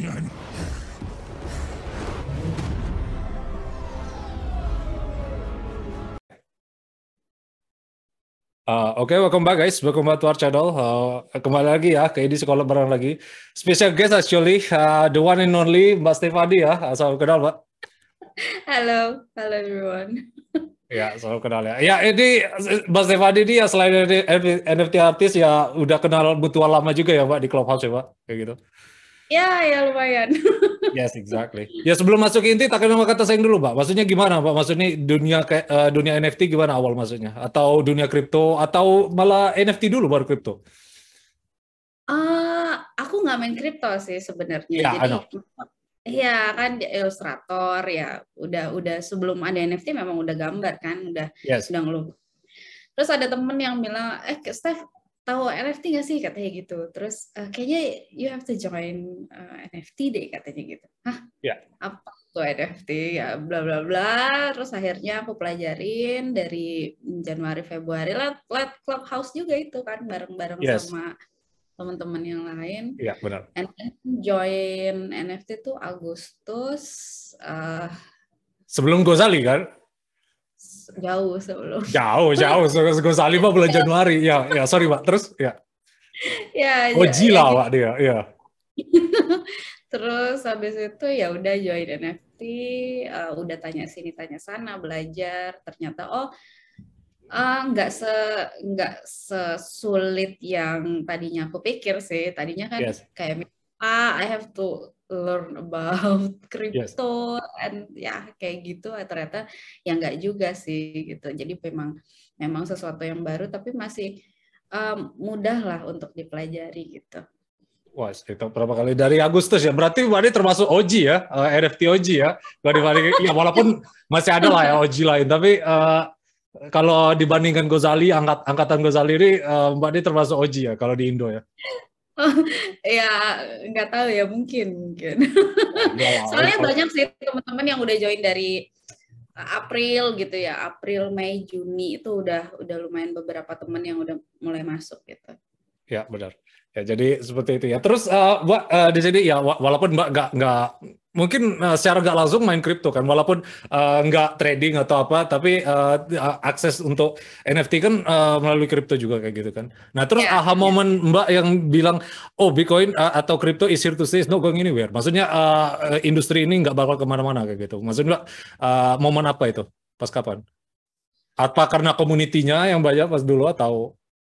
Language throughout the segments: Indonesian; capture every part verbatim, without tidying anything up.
Uh, Oke, okay, welcome back guys, welcome back to our channel. Uh, kembali lagi ya ke edisi Sekolah Bareng lagi. Special guest actually, uh, the one and only Mbak Stefani ya. Salam kenal Mbak. Halo, halo everyone. Ya, salam kenal ya. Ya, ini Mbak Stefani ini ya selain dari N F T artis ya udah kenal mutual lama juga ya Mbak di Clubhouse ya Mbak, kayak gitu. Ya, ya lumayan. Yes, exactly. Ya sebelum masuk ke inti, tak kenal kata sayang dulu, Mbak. Maksudnya gimana, Mbak? Maksudnya dunia kayak uh, dunia N F T gimana awal maksudnya? Atau dunia kripto? Atau malah N F T dulu baru kripto? Uh, aku nggak main kripto sih sebenarnya. Ya, Jadi, I ya kan di ilustrator ya. Udah, udah sebelum ada N F T memang udah gambar kan, udah, Yes. udah ngelukis. Terus ada temen yang bilang, eh Steph, tahu N F T nggak sih katanya gitu. Terus uh, kayaknya you have to join uh, N F T deh katanya gitu. Hah? Ya. Apa tuh N F T ya bla bla bla. Terus akhirnya aku pelajarin dari Januari Februari let let Clubhouse juga itu kan bareng-bareng Yes. sama teman-teman yang lain. Iya, benar. And join N F T tuh Agustus uh, sebelum Gozali kan? jauh sebelum. Jauh, jauh. Gozali mah bulan Januari. Ya, ya, sorry, Pak. Terus ya. Ya, oh, ya, gila, ya, Pak dia. Ya. Terus habis itu ya udah join N F T, uh, udah tanya sini tanya sana, belajar. Ternyata oh nggak uh, se nggak sesulit yang tadinya aku pikir sih. Tadinya kan Yes. kayak ah I have to learn about crypto yes. and ya kayak gitu. Ternyata ya nggak juga sih gitu. Jadi memang memang sesuatu yang baru tapi masih um, mudah lah untuk dipelajari gitu. Wah, itu berapa kali dari Agustus ya. Berarti Mbak termasuk O G ya, uh, N F T O G ya. Dibanding, ya walaupun masih ada lah ya O G lain, tapi uh, kalau dibandingkan Gozali, angkat, angkatan Gozali ini uh, Mbak ini termasuk O G ya kalau di Indo ya. Ya nggak tahu ya mungkin mungkin. Ya, soalnya banyak sih teman-teman yang udah join dari April gitu ya, April, Mei, Juni itu udah udah lumayan beberapa teman yang udah mulai masuk gitu. Ya benar. Ya jadi seperti itu ya. Terus uh, Mbak uh, di sini ya walaupun Mbak nggak nggak mungkin uh, secara nggak langsung main kripto kan, walaupun uh, nggak trading atau apa, tapi uh, akses untuk N F T kan uh, melalui kripto juga kayak gitu kan. Nah terus ya, aha ya. momen Mbak yang bilang oh Bitcoin uh, atau kripto is here to stay, is not going anywhere. Maksudnya uh, industri ini nggak bakal kemana-mana kayak gitu. Maksudnya uh, momen apa itu? Pas kapan? Apa karena komunitinya yang banyak pas dulu atau?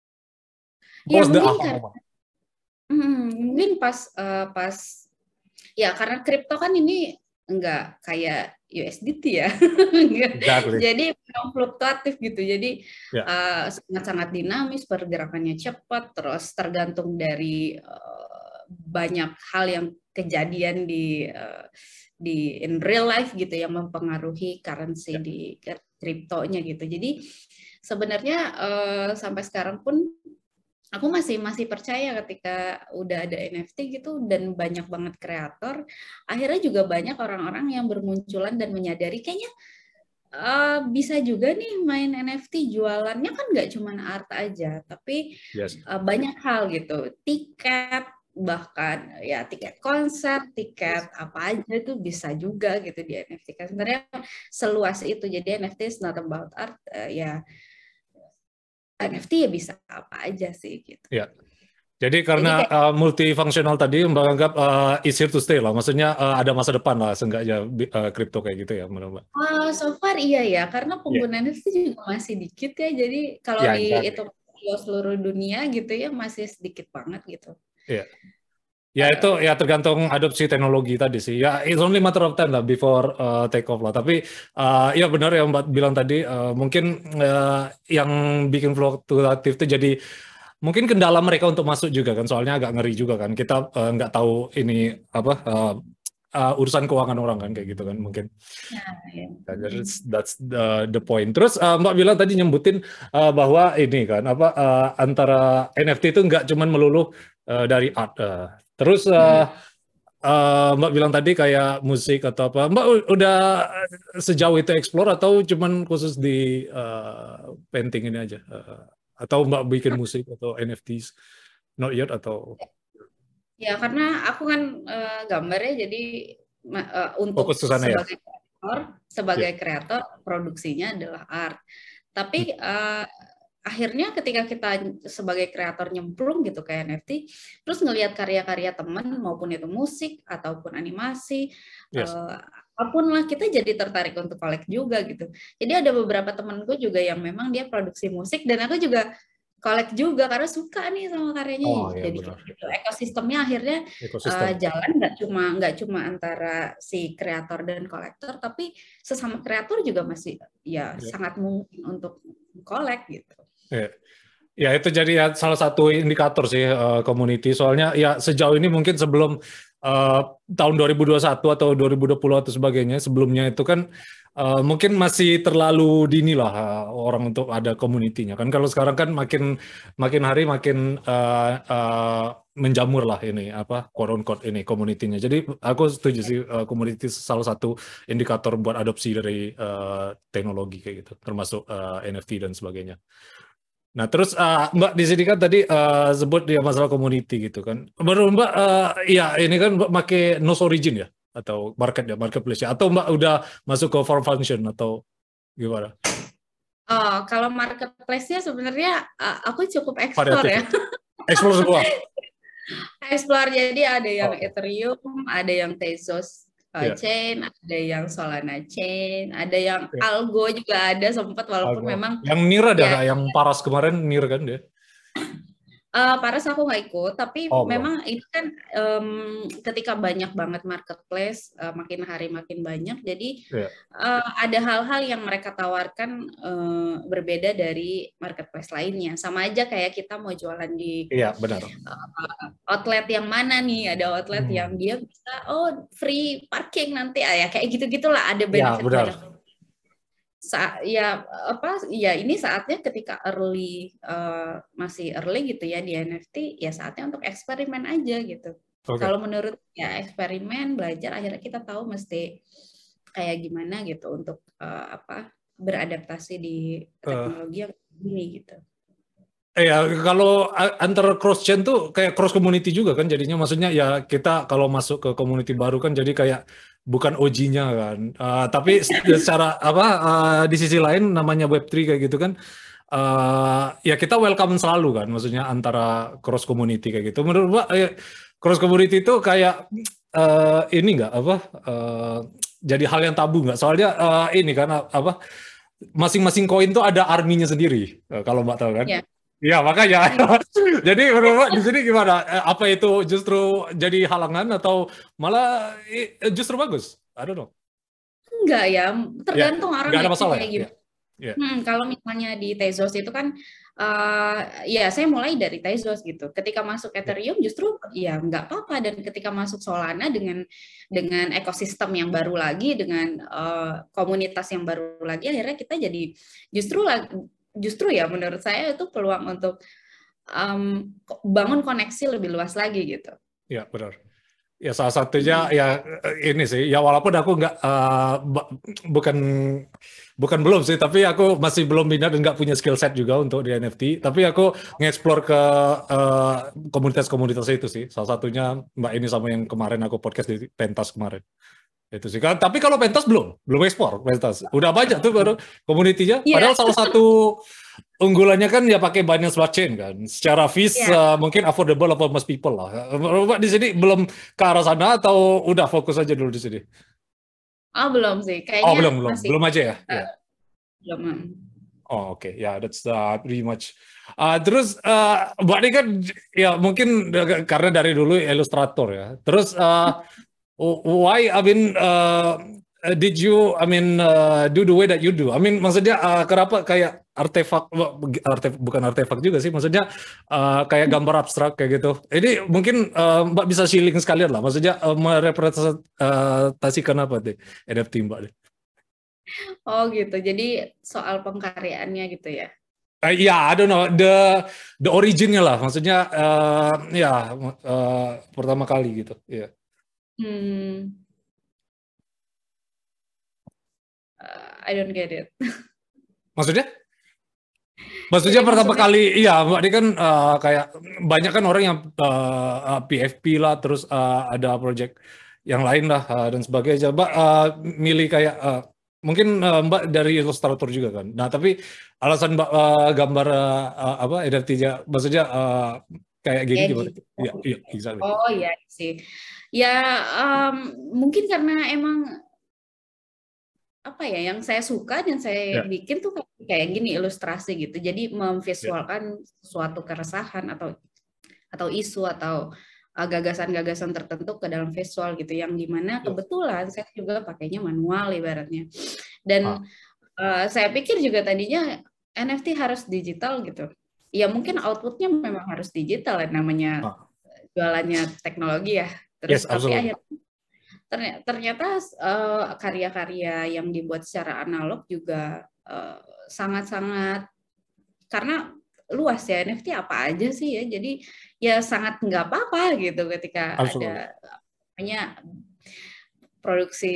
Ya mungkin kan. Hmm, mungkin pas uh, pas ya karena kripto kan ini enggak kayak U S D T ya, exactly. Jadi fluktuatif gitu. Jadi yeah. uh, sangat-sangat dinamis, pergerakannya cepat, terus tergantung dari uh, banyak hal yang kejadian di uh, di in real life gitu yang mempengaruhi currency yeah. di kriptonya gitu. Jadi sebenarnya uh, sampai sekarang pun aku masih masih percaya ketika udah ada N F T gitu dan banyak banget kreator, akhirnya juga banyak orang-orang yang bermunculan dan menyadari kayaknya uh, bisa juga nih main N F T, jualannya kan nggak cuma art aja, tapi yes. uh, banyak hal gitu, tiket bahkan ya tiket konser, tiket yes. apa aja itu bisa juga gitu di N F T kan sebenarnya seluas itu. Jadi N F T is not about art uh, ya. N F T ya bisa apa aja sih gitu. Ya. Jadi karena Jadi kayak, uh, multifungsional tadi Mbak anggap uh, is here to stay lah. Maksudnya uh, ada masa depan lah seenggaknya kripto uh, kayak gitu ya menurut Mbak. Uh, so far iya ya, karena pengguna yeah. N F T juga masih dikit ya. Jadi kalau yeah, di exactly. itu seluruh dunia gitu ya masih sedikit banget gitu. Iya. Yeah. Ya itu ya tergantung adopsi teknologi tadi sih. Ya it's only matter of time lah before uh, take off lah. Tapi uh, ya benar yang Mbak bilang tadi uh, mungkin uh, yang bikin fluktuatif itu jadi mungkin kendala mereka untuk masuk juga kan. Soalnya agak ngeri juga kan. Kita uh, nggak tahu ini apa uh, uh, urusan keuangan orang kan kayak gitu kan mungkin. Ya, ya. That's, that's the, the point. Terus uh, Mbak bilang tadi nyebutin uh, bahwa ini kan apa uh, antara N F T itu nggak cuman melulu uh, dari art. Uh, Terus uh, uh, Mbak bilang tadi kayak musik atau apa, Mbak udah sejauh itu explore atau cuman khusus di uh, painting ini aja? Uh, atau Mbak bikin musik atau N F Ts? Not yet atau? Ya karena aku kan uh, gambarnya jadi uh, untuk Fokus ke sana ya? sebagai kreator, Ya. sebagai kreator produksinya adalah art. Hmm. Tapi uh, akhirnya ketika kita sebagai kreator nyemplung gitu ke N F T, terus ngelihat karya-karya teman maupun itu musik ataupun animasi, Yes. uh, apapun lah kita jadi tertarik untuk collect juga gitu. Jadi ada beberapa temanku juga yang memang dia produksi musik dan aku juga collect juga karena suka nih sama karyanya, Oh ya jadi benar. gitu. Ekosistemnya akhirnya uh, Ekosistem. jalan nggak cuma nggak cuma antara si kreator dan kolektor, tapi sesama kreator juga masih ya Ya. sangat mungkin untuk collect gitu. Ya. Ya itu jadi ya salah satu indikator sih uh, community. Soalnya ya sejauh ini mungkin sebelum uh, tahun dua ribu dua puluh satu atau dua ribu dua puluh atau sebagainya, sebelumnya itu kan uh, mungkin masih terlalu dini lah uh, orang untuk ada community-nya. Kan kalau sekarang kan makin makin hari makin uh, uh, menjamur lah ini apa quote unquote ini community-nya. Jadi aku setuju sih uh, community salah satu indikator buat adopsi dari uh, teknologi kayak gitu, termasuk uh, N F T dan sebagainya. Nah, terus uh, Mbak di sini kan tadi uh, sebut dia masalah community gitu kan. Baru Mbak, uh, ya ini kan Mbak pakai Nose Origin ya? Atau market ya, marketplace ya? Atau Mbak udah masuk ke form function atau gimana? Oh, kalau marketplace-nya sebenarnya uh, aku cukup explore Variatif ya. ya? Explore semua? Explore, jadi ada yang Oh, oke. Ethereum, ada yang Tezos uh, Ya, Chain, ada yang Solana Chain, ada yang ya. Algo juga ada sempat, walaupun Algo. memang Yang Nir ada ya nggak? Yang Paras kemarin Nir kan dia? Uh, Paras aku nggak ikut, tapi Oh, belum. memang ini kan um, ketika banyak banget marketplace, uh, makin hari makin banyak, jadi Ya, uh, ada hal-hal yang mereka tawarkan uh, berbeda dari marketplace lainnya. Sama aja kayak kita mau jualan di iya benar. uh, outlet yang mana nih, ada outlet yang Hmm. dia bisa, oh free parking nanti, ah, ya kayak gitu-gitulah, ada Ya, benefit benar. banyak. Sa ya apa ya ini saatnya ketika early uh, masih early gitu ya di N F T, ya saatnya untuk eksperimen aja gitu. Oke. Kalau menurut ya eksperimen, belajar, akhirnya kita tahu mesti kayak gimana gitu untuk uh, apa beradaptasi di Eh, teknologi yang ini gitu. Eh ya, kalau a- antar cross chain tuh kayak cross community juga kan jadinya, maksudnya ya kita kalau masuk ke community baru kan jadi kayak bukan O G-nya kan. Uh, tapi secara apa uh, di sisi lain namanya web tiga kayak gitu kan, uh, ya kita welcome selalu kan, maksudnya antara cross community kayak gitu. Menurut Mbak eh, cross community itu kayak uh, ini nggak apa uh, jadi hal yang tabu nggak? Soalnya uh, ini kan apa masing-masing koin tuh ada arminya sendiri, uh, kalau Mbak tahu kan. Ya. Iya, makanya. Hmm. Jadi menurut Mbak di sini gimana? Eh, Apa itu justru jadi halangan atau malah eh, justru bagus? I don't know. Enggak ya, Ya, tergantung nggak orangnya ada masalah kayak ya? Ya, gimana. ya. Hmm, kalau misalnya di Tezos itu kan, uh, ya saya mulai dari Tezos gitu. Ketika masuk Ya. Ethereum justru ya nggak apa-apa, dan ketika masuk Solana dengan dengan ekosistem yang baru lagi, dengan uh, komunitas yang baru lagi, akhirnya kita jadi justru justru ya menurut saya itu peluang untuk um, bangun koneksi lebih luas lagi gitu. Ya, benar. Ya salah satunya Hmm. ya eh, ini sih. Ya walaupun aku nggak eh, ba- bukan bukan belum sih, tapi aku masih belum minat dan nggak punya skill set juga untuk di N F T. Tapi aku nge-explore ke eh, komunitas-komunitas itu sih. Salah satunya Mbak ini sama yang kemarin aku podcast di Pentas kemarin. Itu sih kan. Tapi kalau pentas belum, belum ekspor pentas. Udah banyak tuh baru komunitinya. Iya, Padahal salah satu unggulannya kan ya pakai Binance Blockchain kan. Secara fees iya. uh, mungkin affordable for most people lah. Mbak di sini belum ke arah sana atau udah fokus aja dulu di sini? Oh belum sih, Oh kayaknya belum belum masih belum aja ya. Ya. uh, belum. Oh oke, ya that's uh, pretty much. Uh, terus uh, Mbak ini kan ya mungkin karena dari dulu ilustrator ya. Terus uh, why I mean uh, did you I mean uh, do the way that you do? I mean maksudnya uh, kenapa kayak artefak artefak bukan artefak juga sih, maksudnya uh, kayak gambar abstrak kayak gitu. Ini mungkin uh, Mbak bisa shilling sekalian lah, maksudnya uh, merepresentasikan apa deh N F T Mbak deh. Oh gitu, jadi soal pengkaryaannya gitu ya. Uh, ya, I don't know the the originnya lah, maksudnya uh, ya uh, pertama kali gitu. Ya. Hmm, uh, I don't get it. Maksudnya? Maksudnya Jadi pertama maksudnya kali, iya Mbak, ini kan uh, kayak banyak kan orang yang uh, P F P lah, terus uh, ada project yang lain lah uh, dan sebagainya. Mbak uh, milih kayak uh, mungkin uh, Mbak dari ilustrator juga kan. Nah tapi alasan Mbak uh, gambar uh, uh, apa N F T-nya, maksudnya uh, kayak gini kayak gimana? gitu. Iya, iya, exactly. Oh iya sih. Ya um, mungkin karena emang apa ya yang saya suka dan saya Ya, bikin tuh kayak kayak gini ilustrasi gitu. Jadi ya. memvisualkan suatu keresahan atau atau isu atau uh, gagasan-gagasan tertentu ke dalam visual gitu yang dimana Ya. kebetulan saya juga pakainya manual ibaratnya. Ah, Dan uh, saya pikir juga tadinya N F T harus digital gitu. Ya mungkin outputnya memang harus digital ya namanya ah. jualannya teknologi ya. Yes, Terus tapi absolutely. akhirnya ternyata, ternyata uh, karya-karya yang dibuat secara analog juga uh, sangat-sangat karena luas ya N F T apa aja sih ya. Jadi ya sangat nggak apa-apa gitu ketika Absolutely. ada namanya produksi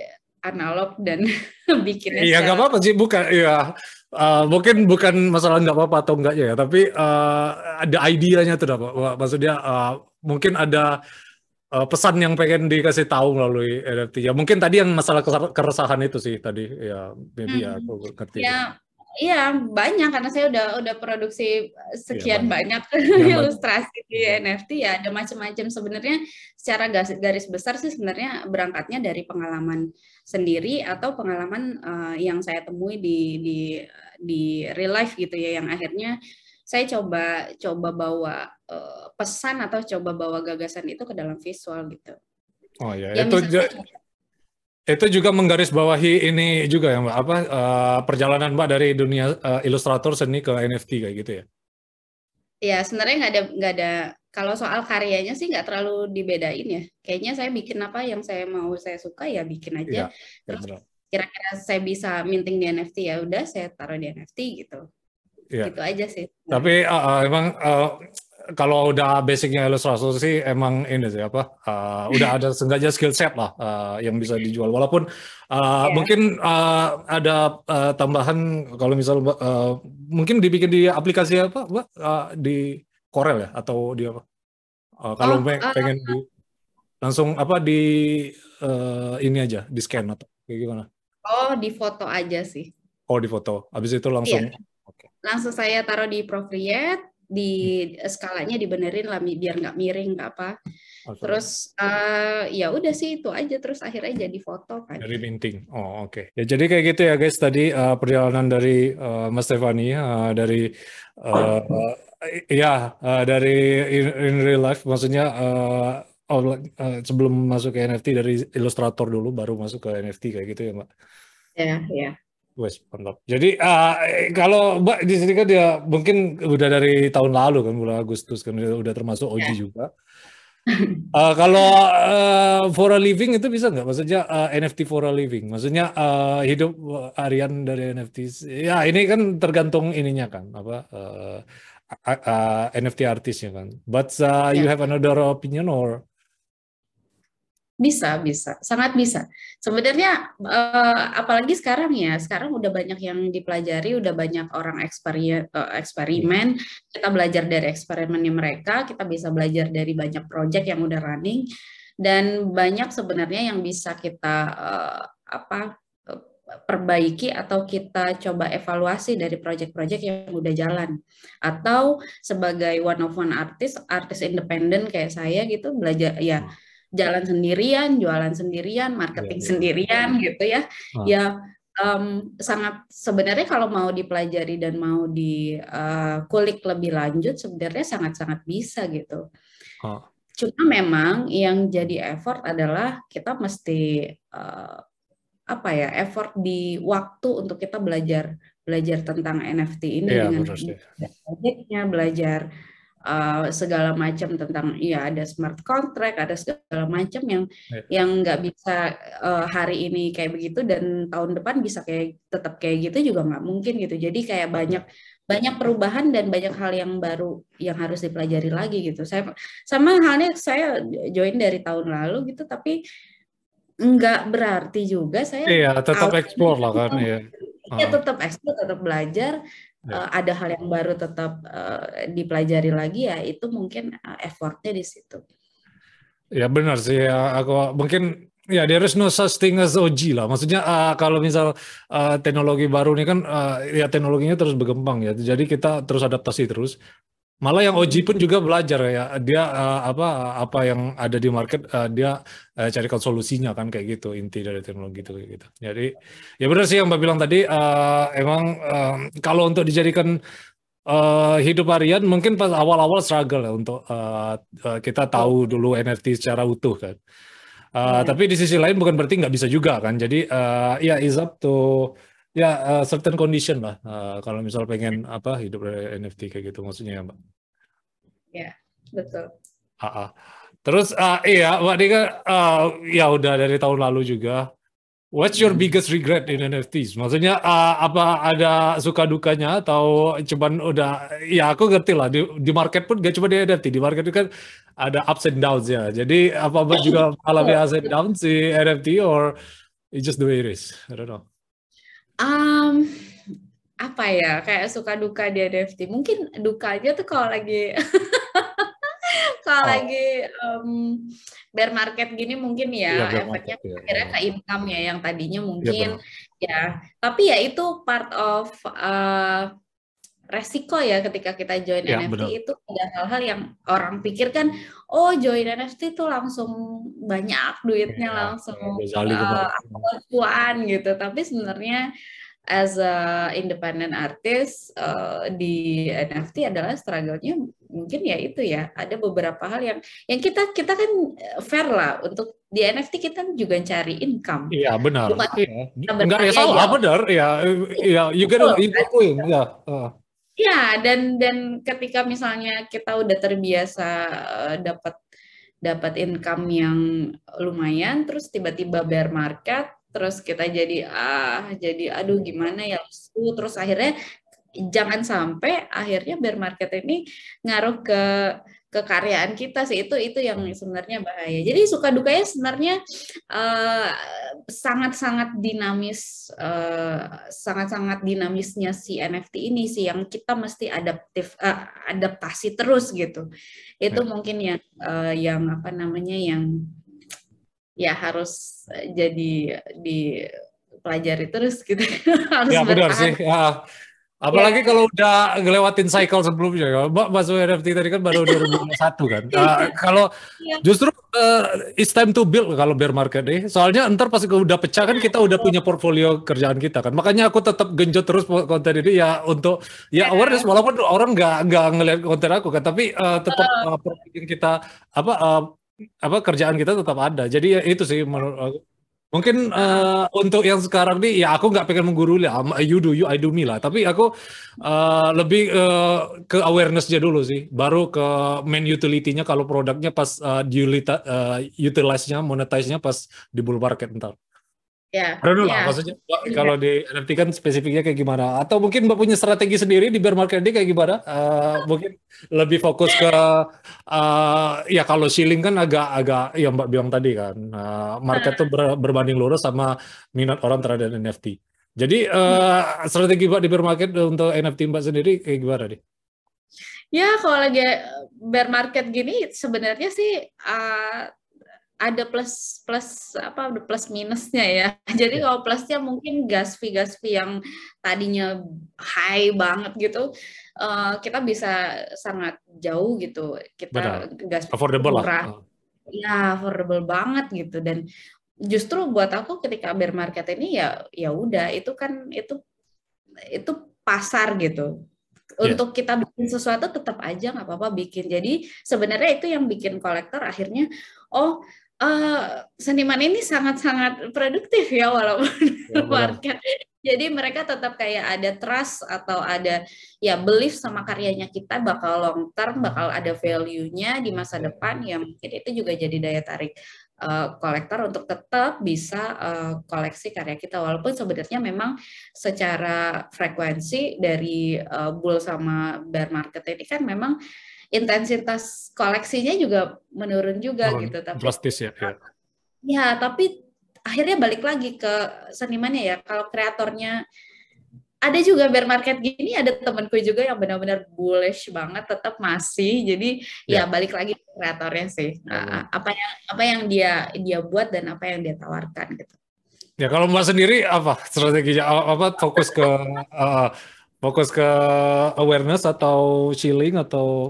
analog dan bikinnya Iya nggak secara apa-apa sih, bukan ya uh, mungkin bukan masalah nggak apa-apa atau enggaknya ya, tapi uh, ada idenya tuh, Pak. Wah, maksudnya uh, mungkin ada uh, pesan yang pengen dikasih tahu melalui N F T. Ya mungkin tadi yang masalah keresahan itu sih tadi, ya maybe ya hmm, aku ngerti ya itu. iya banyak karena saya udah udah produksi Iya sekian banyak, banyak yang banyak. ilustrasi di Iya. N F T ya ada macam-macam sebenarnya secara garis, garis besar sih sebenarnya berangkatnya dari pengalaman sendiri atau pengalaman uh, yang saya temui di di di real life gitu ya yang akhirnya saya coba coba bawa uh, pesan atau coba bawa gagasan itu ke dalam visual gitu Oh ya, ya itu misalnya ju- itu juga menggarisbawahi ini juga ya Mbak, apa uh, perjalanan Mbak dari dunia uh, ilustrator seni ke N F T kayak gitu ya. ya sebenarnya nggak ada nggak ada kalau soal karyanya sih nggak terlalu dibedain ya. Kayaknya saya bikin apa yang saya mau saya suka ya bikin aja. Iya, ya Terus benar. kira-kira saya bisa minting di N F T ya udah saya taruh di N F T gitu. Iya. Gitu aja sih Tapi sebenarnya. uh, uh, emang uh, kalau udah basicnya ilustrasi sih emang ini sih apa uh, udah ada sengaja skill set lah uh, yang bisa dijual. Walaupun uh, Ya. mungkin uh, ada uh, tambahan kalau misal uh, mungkin dibikin di aplikasi apa, Mbak? Uh, di Corel ya atau di apa? Uh, kalau Oh, pe- eh, pengen di langsung apa di uh, ini aja di scan atau kayak gimana? oh di foto aja sih. Oh di foto. Habis itu Iya, langsung. Oke. langsung saya taruh di Procreate, di Hmm, skalanya dibenerin lah biar nggak miring nggak apa. absolutely. Terus eh, ya udah sih itu aja terus akhirnya jadi foto kan. Dari minting. Oh, oke. Ya, jadi kayak gitu ya, guys. Tadi uh, perjalanan dari uh, Mas Stefani uh, dari uh, uh, ya uh, dari in, in real life, maksudnya uh, online, uh, sebelum masuk ke N F T dari ilustrator dulu, baru masuk ke N F T kayak gitu ya, Mbak. Ya, ya. Wes, mantap. Jadi uh, kalau Mbak di sini kan dia mungkin udah dari tahun lalu kan, bulan Agustus kan udah, udah termasuk O G Ya. juga. Uh, kalau uh, for a living itu bisa nggak? Maksudnya uh, N F T for a living. Maksudnya uh, hidup uh, harian dari N F T. Ya ini kan tergantung ininya kan, apa uh, uh, uh, N F T artisnya kan. But uh, you Ya. have another opinion or? Bisa, bisa, sangat bisa. Sebenarnya eh, apalagi sekarang ya, sekarang udah banyak yang dipelajari, udah banyak orang eksperi- eh, Iya. eksperimen. Kita belajar dari eksperimennya mereka, kita bisa belajar dari banyak project yang udah running, dan banyak sebenarnya yang bisa kita eh, apa eh, perbaiki atau kita coba evaluasi dari project-project yang udah jalan. Atau sebagai one of one artist, artis independen kayak saya gitu, belajar ya Hmm. jalan sendirian, jualan sendirian, Iya, marketing iya. sendirian gitu ya. Ah, Ya um, sangat sebenarnya kalau mau dipelajari dan mau dikulik lebih lanjut sebenarnya sangat-sangat bisa gitu. ah. Cuma memang yang jadi effort adalah kita mesti uh, apa ya, effort di waktu untuk kita belajar belajar tentang N F T ini Iya, dengan benar sih. projectnya, belajar uh, segala macam tentang ya ada smart contract, ada segala macam yang Iya. yang nggak bisa uh, hari ini kayak begitu dan tahun depan bisa kayak tetap kayak gitu juga nggak mungkin gitu. Jadi kayak banyak banyak perubahan dan banyak hal yang baru yang harus dipelajari lagi gitu. Saya sama halnya saya join dari tahun lalu gitu, tapi nggak berarti juga saya Iya, tetap awalnya explore lah kan ya. ya Ah, tetap ekspor, tetap belajar Ya. uh, ada hal yang baru tetap uh, dipelajari lagi, ya itu mungkin uh, effortnya di situ. Ya benar sih, ya, aku mungkin ya there is no such thing as O G lah. Maksudnya uh, kalau misal uh, teknologi baru ini kan uh, ya teknologinya terus berkembang ya. Jadi kita terus adaptasi terus. Malah yang O G pun juga belajar ya. Dia uh, apa apa yang ada di market uh, dia uh, carikan solusinya kan kayak gitu inti dari teknologi itu kayak gitu. Jadi ya benar sih yang Mbak bilang tadi uh, emang uh, kalau untuk dijadikan uh, hidup harian mungkin pas awal-awal struggle ya untuk uh, uh, kita tahu dulu N F T secara utuh kan. Uh, Ya. tapi di sisi lain bukan berarti nggak bisa juga kan. Jadi uh, ya is up to ya uh, certain condition lah. Uh, kalau misal pengen apa hidup dari N F T kayak gitu maksudnya ya Mbak. Ya, betul. Ah, ah. Terus uh, iya Mbak Dika uh, ya udah dari tahun lalu juga. What's your biggest regret in N F Ts? Maksudnya uh, apa ada suka dukanya atau cuman udah ya aku ngerti lah di, di market pun gak cuma di N F T, di market itu kan ada ups and downs ya. Jadi apa Mbak juga alami ups and downs di N F T or it's just the way it is? I don't know. Um, apa ya, kayak suka duka di N F T. Mungkin dukanya tuh kalau lagi kalau Oh. lagi um, bear market gini mungkin Iya, ya bear efeknya market, ya. akhirnya ke income ya, yang tadinya Iya, mungkin benar. ya, tapi ya itu part of uh, resiko ya ketika kita join Iya, N F T. benar. Itu ada hal-hal yang orang pikirkan, oh join N F T itu langsung banyak duitnya, Iya, langsung Gozali uh, kemarin. cuan gitu, tapi sebenarnya as a independent artist uh, di N F T adalah struggle-nya mungkin ya itu ya, ada beberapa hal yang yang kita kita kan fair lah, untuk di N F T kita juga cari income. Iya, benar. Bukan Iya. kita Enggak ya berkarya salah, jauh. benar. Iya, iya, you get a, Betul, you kan? get point. Ya. Uh. Ya, dan dan ketika misalnya kita udah terbiasa uh, dapat dapat income yang lumayan, terus tiba-tiba bear market, terus kita jadi ah jadi aduh gimana ya, terus akhirnya jangan sampai akhirnya bear market ini ngaruh ke kekaryaan kita sih, itu itu yang sebenarnya bahaya. Jadi suka dukanya sebenarnya uh, sangat-sangat dinamis, uh, sangat-sangat dinamisnya si N F T ini sih yang kita mesti adaptif uh, adaptasi terus gitu. Itu Ya. mungkin yang uh, yang apa namanya yang ya harus jadi dipelajari terus gitu. Harus Ya benar bertahan. sih. Ya. Apalagi Ya. kalau udah ngelewatin cycle sebelumnya. Kalau Mbak masuk N F T tadi kan baru dua ribu dua puluh satu kan. Uh, kalau Ya. justru uh, it's time to build kalau bear market nih. Soalnya ntar pas udah pecah kan kita udah punya portfolio kerjaan kita kan. Makanya aku tetap genjot terus konten ini ya untuk ya awareness, walaupun orang nggak nggak ngeliat konten aku kan, tapi uh, tetap uh, yang kita apa uh, apa kerjaan kita tetap ada. Jadi ya itu sih menurut aku. Mungkin uh, untuk yang sekarang nih, ya aku nggak pengen menggurui lah, you do you, I do me lah. Tapi aku uh, lebih uh, ke awareness-nya dulu sih, baru ke main utility-nya kalau produknya pas uh, uh, utilize-nya, monetize-nya pas di bull market ntar. Ya, Aduh lah, ya. maksudnya Mbak, kalau di N F T kan spesifiknya kayak gimana? Atau mungkin Mbak punya strategi sendiri di bear market ini kayak gimana? Uh, mungkin lebih fokus ke uh, ya kalau shilling kan agak-agak ya Mbak bilang tadi kan uh, market tuh ber, berbanding lurus sama minat orang terhadap N F T. Jadi uh, strategi Mbak di bear market untuk N F T Mbak sendiri kayak gimana nih? Ya kalau lagi bear market gini sebenarnya sih uh, ada plus plus apa ada plus minusnya ya. Jadi Ya. kalau plusnya mungkin gas fee gas fee yang tadinya high banget gitu, uh, kita bisa sangat jauh gitu. Kita Benar. gas fee Affordable lah. murah, Uh. ya affordable banget gitu. Dan justru buat aku ketika bear market ini ya ya udah itu kan itu itu pasar gitu. Untuk yeah. kita bikin sesuatu tetap aja nggak apa-apa bikin. Jadi sebenarnya itu yang bikin kolektor akhirnya oh uh, seniman ini sangat-sangat produktif ya walaupun ya, market. Jadi mereka tetap kayak ada trust atau ada ya belief sama karyanya kita bakal long term, bakal ada value-nya di masa depan, ya mungkin itu juga jadi daya tarik kolektor uh, untuk tetap bisa uh, koleksi karya kita, walaupun sebenarnya memang secara frekuensi dari uh, bull sama bear market ini kan memang intensitas koleksinya juga menurun juga oh, gitu, tapi drastis ya, ya. Ya tapi akhirnya balik lagi ke senimannya ya. Kalau kreatornya ada juga bear market gini, ada temanku juga yang benar-benar bullish banget, tetap masih. Jadi ya Ya. balik lagi ke kreatornya sih, Oh. apa yang apa yang dia dia buat dan apa yang dia tawarkan gitu. Ya kalau Mbak sendiri apa strateginya? Apa fokus ke uh, fokus ke awareness atau chilling atau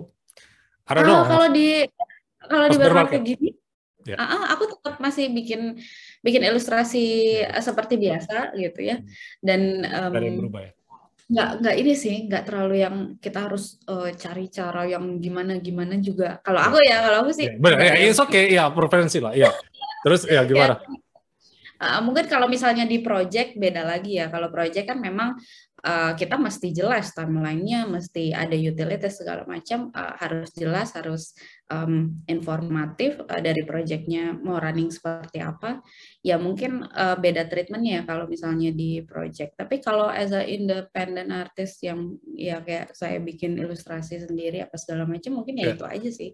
I don't Uh, know. kalau di kalau di Pas bear bear market market. gini, Ya. uh, aku tetap masih bikin bikin ilustrasi Ya, ya. uh, seperti biasa gitu ya. Dan um, Gak ada yang berubah ya. nggak nggak ini sih, nggak terlalu yang kita harus uh, cari cara yang gimana gimana juga. Kalau Ya. aku ya, kalau aku sih Ya, benar. nggak Ya, yang it's okay. Ya, preferensi lah. Ya. Terus ya ya. gimana? Uh, mungkin kalau misalnya di project beda lagi ya. Kalau project kan memang uh, kita mesti jelas timeline-nya, mesti ada utilities segala macam, uh, harus jelas, harus um, informatif uh, dari project-nya mau running seperti apa. Ya mungkin uh, beda treatment-nya kalau misalnya di project. Tapi kalau as a independent artist yang ya kayak saya bikin ilustrasi sendiri apa segala macam, mungkin ya Ya. itu aja sih.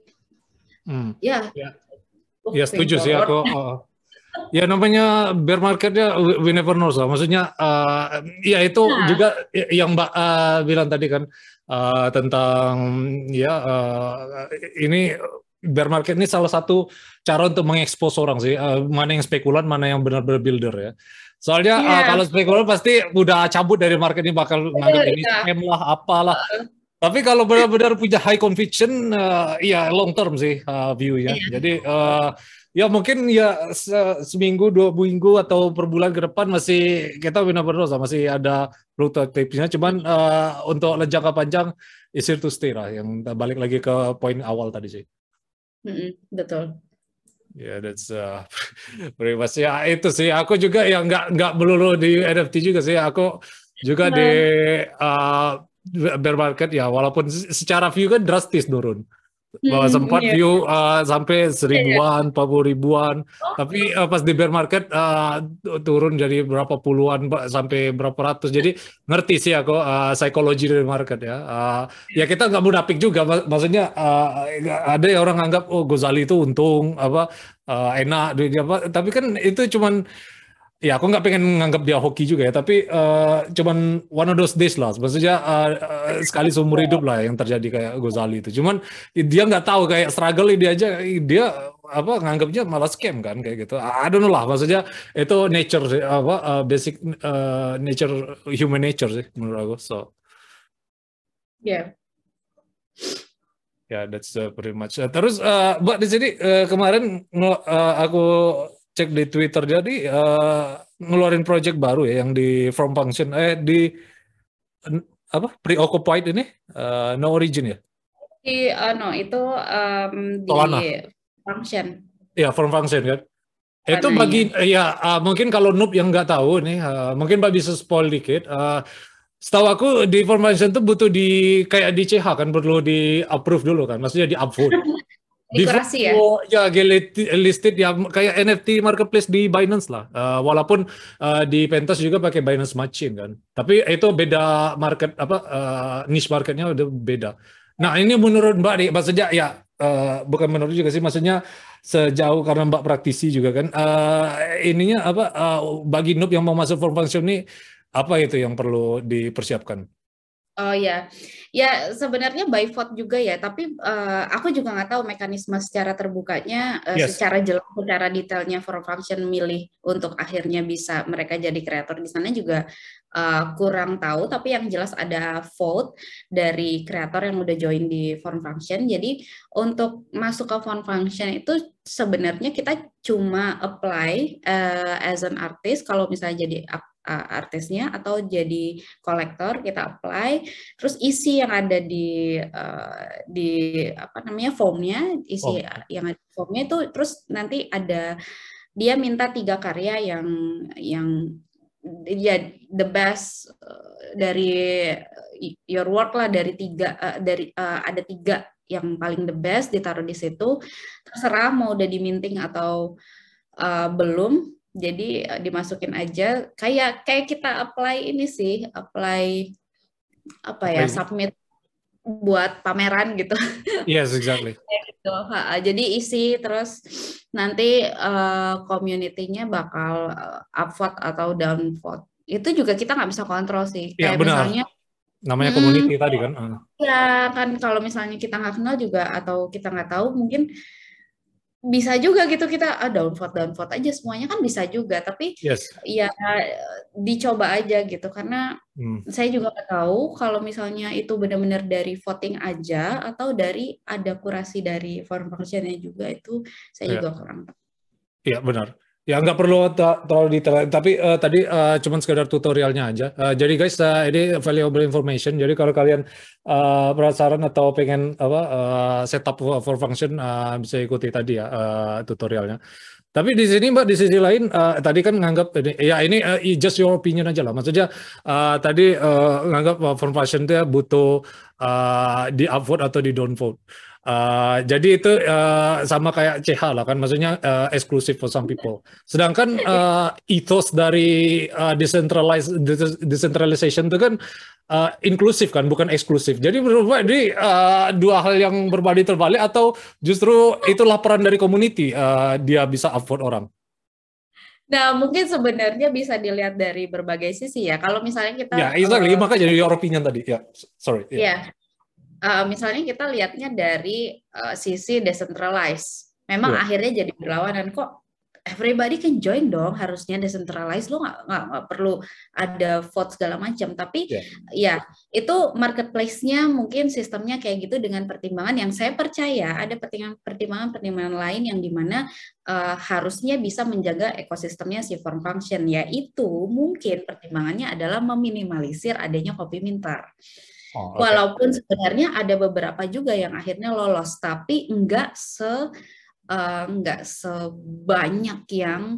Hmm. Ya. Ya. Ya setuju sih Forward. aku. Uh, Ya namanya bear marketnya we, we never know so. Maksudnya uh, ya itu Nah. juga yang Mbak uh, bilang tadi kan uh, tentang ya uh, ini bear market ini salah satu cara untuk mengekspos orang sih uh, mana yang spekulan mana yang benar-benar builder ya. Soalnya uh, Yeah. kalau spekulan pasti udah cabut dari market ini bakal nganggap ini Yeah. scam lah apalah. Tapi kalau benar-benar punya high conviction uh, ya long term sih uh, view-nya. Yeah. Jadi uh, ya mungkin ya se seminggu dua minggu atau per bulan ke depan masih kita benar-benar masih ada prototipe-nya cuman uh, untuk jangka panjang is here to stay lah yang balik lagi ke poin awal tadi sih. Mm-hmm, betul. Ya yeah, that's uh, pretty much ya itu sih aku juga yang nggak nggak melulu di N F T juga sih aku juga nah. di uh, bear market ya walaupun secara view kan drastis turun. Bahwa sempat yeah. view uh, sampai seribuan, empat puluh ribuan, oh. tapi uh, pas di bear market uh, turun jadi berapa puluhan sampai berapa ratus. Jadi ngerti sih aku uh, psikologi dari market ya. Uh, ya kita nggak munafik juga, mak maksudnya uh, ada yang orang anggap oh Gozali itu untung apa uh, enak, apa. Tapi kan itu cuman ya aku nggak pengen nganggap dia hoki juga ya, tapi uh, cuman one of those days lah, maksudnya uh, uh, sekali seumur hidup lah yang terjadi kayak Gozali itu. Cuman dia nggak tahu kayak struggle dia aja, dia apa nganggapnya malah scam kan kayak gitu. I don't know lah, maksudnya itu nature sih, apa uh, basic uh, nature human nature sih menurut aku. So yeah. Ya, yeah, that's uh, pretty much. Uh, terus, uh, Mbak di sini uh, kemarin uh, aku cek di Twitter jadi uh, ngeluarin project baru ya yang di From Function eh di uh, apa Preoccupied ini uh, No Origin ya? Di uh, no itu um, di Solana. Function. Ya From Function kan. Solana, Itu bagi ya, ya uh, mungkin kalau noob yang nggak tahu nih uh, mungkin Mbak bisa spoil dikit. Uh, Setahu aku di Formation itu butuh di kayak di C H kan perlu di approve dulu kan, maksudnya di upvote. Dekorasi ya? Ya, listed ya kayak N F T marketplace di Binance lah. Uh, walaupun uh, di Pentas juga pakai Binance Smart Chain kan. Tapi itu beda market apa uh, niche marketnya udah beda. Nah ini menurut Mbak nih, maksudnya ya uh, bukan menurut juga sih, maksudnya sejauh karena Mbak praktisi juga kan. Uh, ininya apa uh, bagi noob yang mau masuk Form Function ini apa itu yang perlu dipersiapkan? Oh ya, ya sebenarnya by vote juga ya. Tapi uh, aku juga nggak tahu mekanisme secara terbukanya, uh, yes. secara jelas, secara detailnya Form Function milih untuk akhirnya bisa mereka jadi kreator di sana juga uh, kurang tahu. Tapi yang jelas ada vote dari kreator yang udah join di Form Function. Jadi untuk masuk ke Form Function itu sebenarnya kita cuma apply uh, as an artist kalau misalnya jadi Uh, artisnya atau jadi kolektor kita apply, terus isi yang ada di uh, di apa namanya formnya, isi oh. yang ada formnya itu, terus nanti ada dia minta tiga karya yang yang ya the best uh, dari your work lah, dari tiga uh, dari uh, ada tiga yang paling the best ditaruh di situ, terserah mau udah diminting atau uh, belum. Jadi dimasukin aja kayak kayak kita apply ini sih, apply apa ya, submit buat pameran gitu. Yes, exactly. Gitu. Jadi isi terus nanti uh, community-nya bakal upvote atau downvote itu juga kita nggak bisa kontrol sih. Iya Kayak benar. misalnya, Namanya mm, community tadi kan. Uh, ya kan kalau misalnya kita nggak kenal juga atau kita nggak tahu, mungkin bisa juga gitu kita ah, downvote downvote aja semuanya kan bisa juga. Tapi yes. ya dicoba aja gitu karena Hmm. saya juga nggak tahu kalau misalnya itu benar-benar dari voting aja atau dari ada kurasi dari form functionnya juga, itu saya Iya. juga kurang tahu. Iya benar. Ya nggak perlu ta- terlalu detail. Tapi uh, tadi uh, cuman sekedar tutorialnya aja. Uh, jadi guys, uh, ini valuable information. Jadi kalau kalian uh, penasaran atau pengen apa uh, setup for, for function, uh, bisa ikuti tadi ya uh, tutorialnya. Tapi di sini Mbak, di sisi lain uh, tadi kan nganggap ini, ya ini uh, just your opinion aja lah. Maksudnya uh, tadi uh, nganggap uh, form function itu ya butuh uh, di upvote atau di downvote. Uh, jadi itu uh, sama kayak C H lah kan, maksudnya uh, exclusive for some people. Sedangkan uh, ethos dari uh, decentralized decentralization itu kan uh, inklusif kan, bukan eksklusif. Jadi menurut Mbak ini uh, dua hal yang berbanding terbalik atau justru itulah peran dari community uh, dia bisa upvote orang? Nah, mungkin sebenarnya bisa dilihat dari berbagai sisi ya. Kalau misalnya kita Ya, exactly. uh, Makanya jadi your opinion tadi. Ya, sorry. Ya. ya uh, misalnya kita lihatnya dari uh, sisi decentralized. Memang Ya. akhirnya jadi berlawanan kok. Everybody can join dong, harusnya decentralized, lo nggak nggak perlu ada vote segala macam. Tapi Ya. ya itu marketplace-nya mungkin sistemnya kayak gitu dengan pertimbangan yang saya percaya ada pertimbangan-pertimbangan lain yang dimana uh, harusnya bisa menjaga ekosistemnya si form function, yaitu mungkin pertimbangannya adalah meminimalisir adanya copy minter. Oh, okay. Walaupun sebenarnya ada beberapa juga yang akhirnya lolos, tapi enggak se uh, enggak sebanyak yang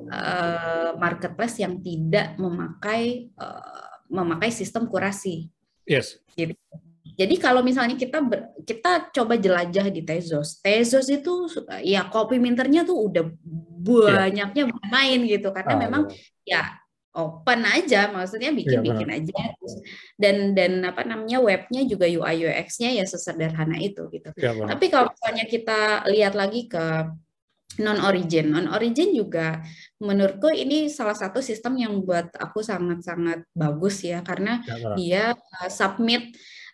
uh, marketplace yang tidak memakai uh, memakai sistem kurasi. Yes. Gitu. Jadi kalau misalnya kita ber, kita coba jelajah di Tezos, Tezos itu ya copy minternya tuh udah banyaknya yeah. main gitu karena ah, memang yeah. ya open aja, maksudnya bikin-bikin ya, aja, dan dan apa namanya webnya juga U I U X-nya ya sesederhana itu gitu. Ya, tapi kalau misalnya kita lihat lagi ke non origin, non origin juga menurutku ini salah satu sistem yang buat aku sangat-sangat bagus ya karena ya, dia uh, submit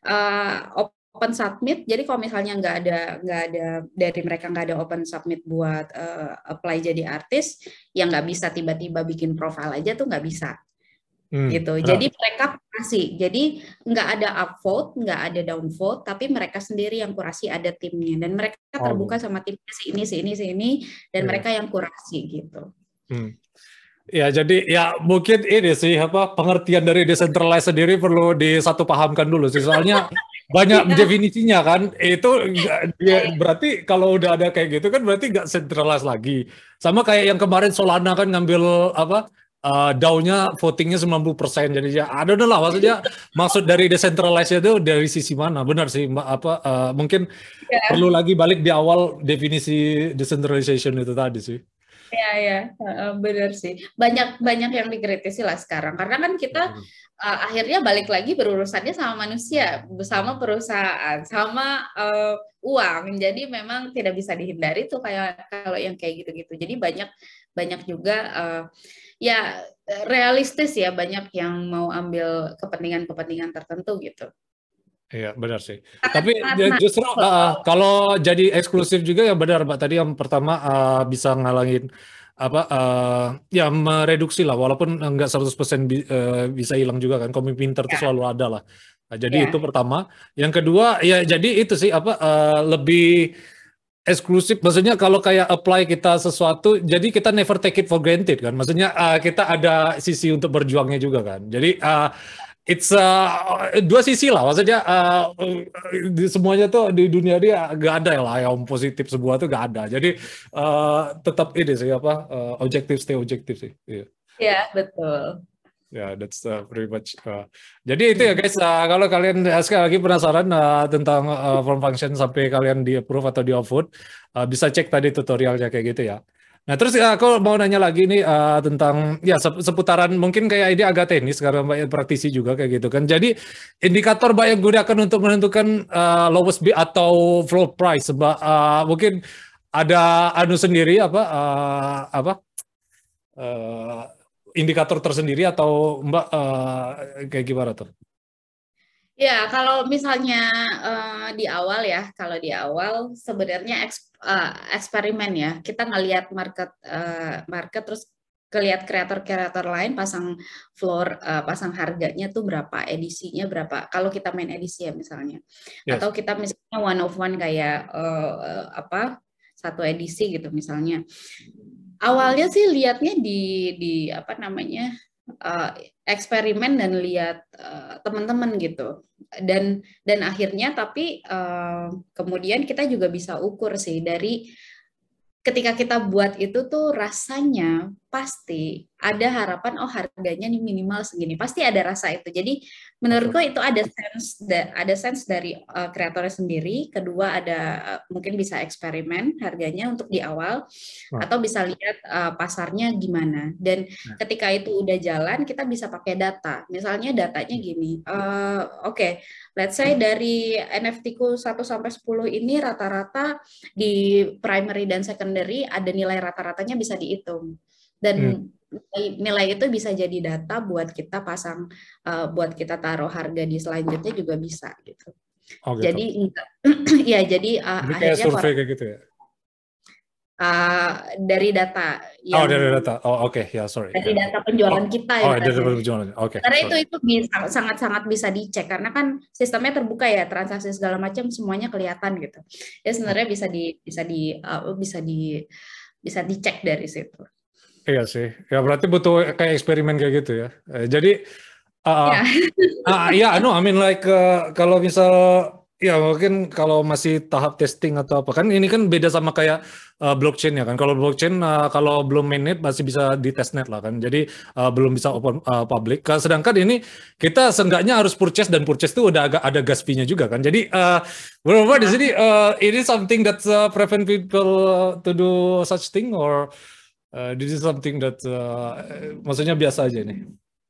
uh, open submit. Jadi kalau misalnya nggak ada nggak ada dari mereka nggak ada open submit buat uh, apply jadi artis, yang nggak bisa tiba-tiba bikin profile aja tuh nggak bisa. Hmm, gitu. Benar. Jadi mereka kurasi. Jadi nggak ada upvote, nggak ada downvote, tapi mereka sendiri yang kurasi, ada timnya dan mereka terbuka oh. sama timnya si ini, si ini, si ini, dan yeah. mereka yang kurasi gitu. Hmm. Ya jadi ya mungkin ini sih apa pengertian dari decentralized sendiri perlu disatu pahamkan dulu sih, soalnya banyak ya. Definisinya kan itu gak, dia, berarti kalau udah ada kayak gitu kan berarti nggak centralized lagi, sama kayak yang kemarin Solana kan ngambil apa uh, D A O-nya votingnya sembilan puluh persen, jadi ya ada lah maksudnya maksud dari decentralized itu dari sisi mana. Benar sih Mbak, apa uh, mungkin ya. Perlu lagi balik di awal definisi decentralization itu tadi sih. Ya ya, benar sih. Banyak banyak yang dikritisi lah sekarang karena kan kita uh, akhirnya balik lagi berurusannya sama manusia, bersama perusahaan, sama uh, uang. Jadi memang tidak bisa dihindari tuh kayak kalau yang kayak gitu-gitu. Jadi banyak banyak juga uh, ya realistis ya, banyak yang mau ambil kepentingan-kepentingan tertentu gitu. Iya benar sih. Tapi nah, justru uh, kalau jadi eksklusif juga ya benar Mbak, tadi yang pertama uh, bisa ngalangin apa uh, ya mereduksi lah, walaupun enggak seratus persen bi uh, bisa hilang juga kan, copy minter itu ya. Selalu ada lah. Nah, jadi ya. Itu pertama. Yang kedua ya jadi itu sih apa uh, lebih eksklusif, maksudnya kalau kayak apply kita sesuatu, jadi kita never take it for granted kan. Maksudnya uh, kita ada sisi untuk berjuangnya juga kan. Jadi uh, it's uh, dua sisi lah, maksudnya uh, di semuanya tuh di dunia dia gak ada lah yang positif sebuah tuh gak ada. Jadi uh, tetap ini sih apa uh, objektif stay objektif sih. Iya yeah. yeah, betul. Ya, yeah, that's uh, pretty much. Uh, jadi itu ya guys, uh, kalau kalian uh, sekali lagi penasaran uh, tentang uh, form function sampai kalian di approve atau di upvote, uh, bisa cek tadi tutorialnya kayak gitu ya. Nah terus aku mau nanya lagi nih uh, tentang ya seputaran mungkin kayak ini agak teknis karena Mbak praktisi juga kayak gitu kan. Jadi indikator Mbak yang gunakan untuk menentukan uh, lowest bid atau floor price Mbak, uh, mungkin ada anu sendiri apa uh, apa uh, indikator tersendiri atau Mbak uh, kayak gimana tuh? Ya, kalau misalnya uh, di awal ya, kalau di awal sebenarnya eks, uh, eksperimen ya, kita ngelihat market uh, market terus kelihat kreator-kreator lain pasang floor, uh, pasang harganya tuh berapa, edisinya berapa. Kalau kita main edisi ya misalnya, Yes. atau kita misalnya one of one kayak uh, uh, apa satu edisi gitu misalnya. Awalnya sih lihatnya di di apa namanya uh, eksperimen dan lihat uh, teman-teman gitu dan dan akhirnya tapi uh, kemudian kita juga bisa ukur sih dari ketika kita buat itu tuh rasanya pasti ada harapan oh harganya nih minimal segini pasti ada rasa itu jadi menurutku itu ada sense ada sense dari uh, kreatornya sendiri kedua ada uh, mungkin bisa eksperimen harganya untuk di awal oh. atau bisa lihat uh, pasarnya gimana dan nah. ketika itu udah jalan kita bisa pakai data misalnya datanya gini uh, oke okay, let's say dari N F T-ku satu sampai sepuluh ini rata-rata di primary dan secondary ada nilai rata-ratanya bisa dihitung dan hmm. nilai itu bisa jadi data buat kita pasang uh, buat kita taruh harga di selanjutnya juga bisa gitu. Oh, gitu. Jadi enggak ya jadi, uh, jadi kayak akhirnya survei kayak gitu ya. Uh, dari data yang oh dari data oh oke okay. ya yeah, sorry dari yeah. data penjualan oh, kita oh ya dari data penjualan oke okay, karena itu itu bisa sangat-sangat bisa dicek karena kan sistemnya terbuka ya transaksi segala macam semuanya kelihatan gitu ya sebenarnya oh. bisa di bisa di uh, bisa di bisa dicek dari situ. Iya sih, ya berarti butuh kayak eksperimen kayak gitu ya. Eh, jadi, uh, yeah. uh, ya, no, I mean like uh, kalau misal, ya mungkin kalau masih tahap testing atau apa kan ini kan beda sama kayak uh, blockchain ya kan. Kalau blockchain uh, kalau belum mainnet masih bisa di testnet lah kan. Jadi uh, belum bisa open uh, public. Sedangkan ini kita seenggaknya harus purchase dan purchase itu udah agak ada gas fee-nya juga kan. Jadi uh, berapa di sini uh, ini something that uh, prevent people to do such thing or Uh, this is something that uh, maksudnya biasa aja nih.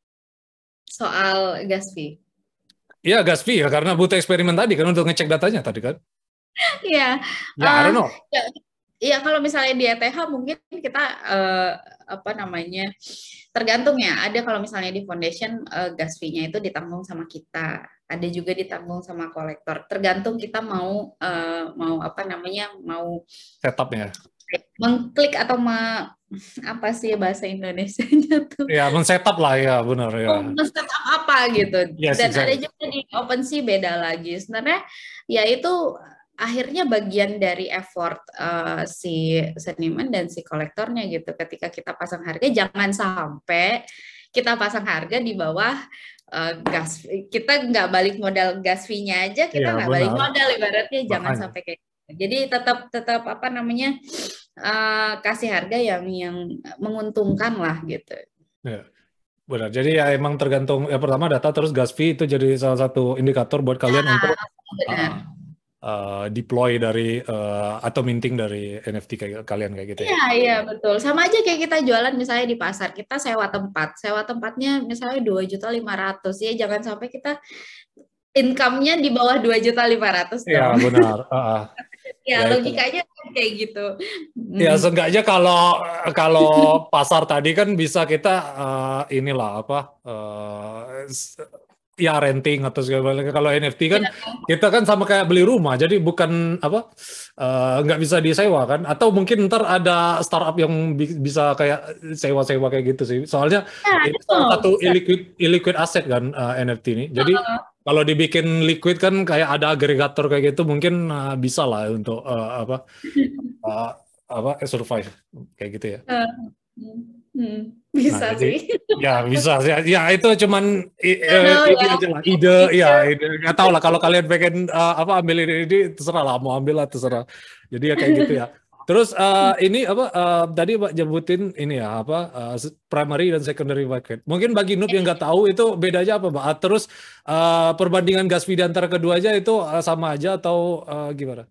Soal gas fee. Iya gas fee ya karena butuh eksperimen tadi kan untuk ngecek datanya tadi kan. Iya. Ya, uh, I don't know. Ya, ya kalau misalnya di E T H mungkin kita uh, apa namanya tergantung ya. Ada kalau misalnya di foundation uh, gas fee-nya itu ditanggung sama kita. Ada juga ditanggung sama kolektor. Tergantung kita mau uh, mau apa namanya mau setupnya. Mengklik atau me, apa sih bahasa Indonesianya tuh? Ya, men-setup lah ya, benar ya. Oh, men-setup apa gitu. Yes, Dan exactly. ada juga di OpenSea beda lagi. Sebenarnya ya itu akhirnya bagian dari effort uh, si seniman dan si kolektornya gitu. Ketika kita pasang harga, jangan sampai kita pasang harga di bawah uh, gas. Kita nggak balik modal gas fee-nya aja, kita nggak ya, balik modal ibaratnya. Makanya. Jangan sampai kayak jadi tetap tetap apa namanya uh, kasih harga yang yang menguntungkan lah gitu. Ya, benar. Jadi ya emang tergantung ya pertama data terus gas fee itu jadi salah satu indikator buat kalian nah, untuk uh, uh, deploy dari uh, atau minting dari N F T kayak kalian kayak gitu ya. Iya iya betul. Sama aja kayak kita jualan misalnya di pasar kita sewa tempat, sewa tempatnya misalnya dua juta lima ratus ya jangan sampai kita income-nya di bawah dua juta lima ratus Iya benar. Uh, ya, ya logikanya kan kayak gitu. Ya seenggaknya kalau kalau pasar tadi kan bisa kita uh, inilah apa uh, ya renting atau segala macam. Kalau N F T kan ya. Kita kan sama kayak beli rumah, jadi bukan apa nggak uh, bisa disewa kan? Atau mungkin ntar ada startup yang bi bisa kayak sewa-sewa kayak gitu sih. Soalnya ya, ini salah satu illiquid illiquid asset kan uh, N F T ini. Jadi uh. kalau dibikin liquid kan kayak ada agregator kayak gitu mungkin uh, bisa lah untuk uh, apa uh, apa survive kayak gitu ya. Uh, hmm, bisa nah, sih. Jadi, ya bisa sih. Ya itu cuman uh, ini aja lah ide ya ide. Nggak tahu lah kalau kalian pengen uh, apa ambil ini, ini terserah lah mau ambil lah terserah. Jadi ya kayak gitu ya. Terus uh, ini apa uh, tadi Mbak nyebutin ini ya apa uh, primary dan secondary market. Mungkin bagi noob yang nggak tahu itu bedanya apa Mbak? Terus uh, perbandingan gas fee di antara keduanya itu uh, sama aja atau uh, gimana?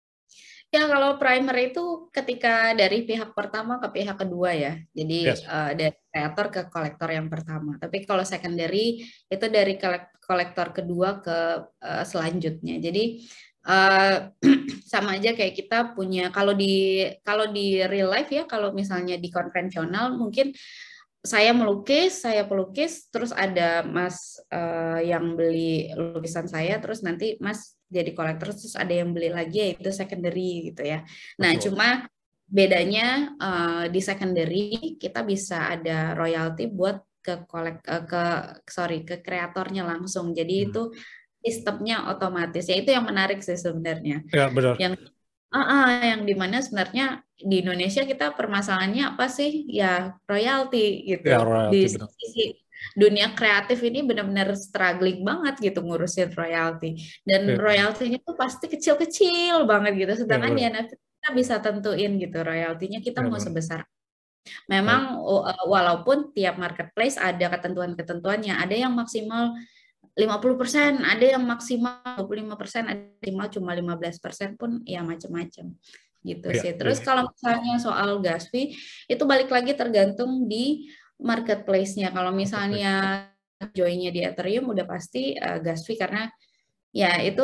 Ya kalau primary itu ketika dari pihak pertama ke pihak kedua ya. Jadi yes. uh, dari kreator ke kolektor yang pertama. Tapi kalau secondary itu dari kolektor kedua ke uh, selanjutnya. Jadi Uh, sama aja kayak kita punya kalau di kalau di real life ya kalau misalnya di konvensional mungkin saya melukis, saya pelukis, terus ada Mas uh, yang beli lukisan saya, terus nanti Mas jadi kolektor, terus ada yang beli lagi, yaitu secondary gitu ya. Nah, Betul. cuma bedanya uh, di secondary kita bisa ada royalti buat ke kolek uh, ke sorry ke kreatornya langsung. Jadi hmm. itu sistemnya otomatis. Ya itu yang menarik sih sebenarnya. Ya benar. Yang uh, uh, yang dimana sebenarnya di Indonesia kita permasalahannya apa sih? Ya royalti gitu. Ya, royalty, di benar. sisi dunia kreatif ini benar-benar struggling banget gitu ngurusin royalti. Dan ya. Royaltinya tuh pasti kecil-kecil banget gitu. Sedangkan ya, di N F T kita bisa tentuin gitu royaltinya kita ya, mau benar. Sebesar. Memang ya. Walaupun tiap marketplace ada ketentuan-ketentuannya. Ada yang maksimal lima puluh persen, ada yang maksimal dua puluh lima persen, ada yang maksimal cuma lima belas persen pun ya macam-macam gitu ya, sih. Terus ya. Kalau misalnya soal gas fee itu balik lagi tergantung di marketplace-nya. Kalau misalnya join-nya di Ethereum udah pasti uh, gas fee karena ya itu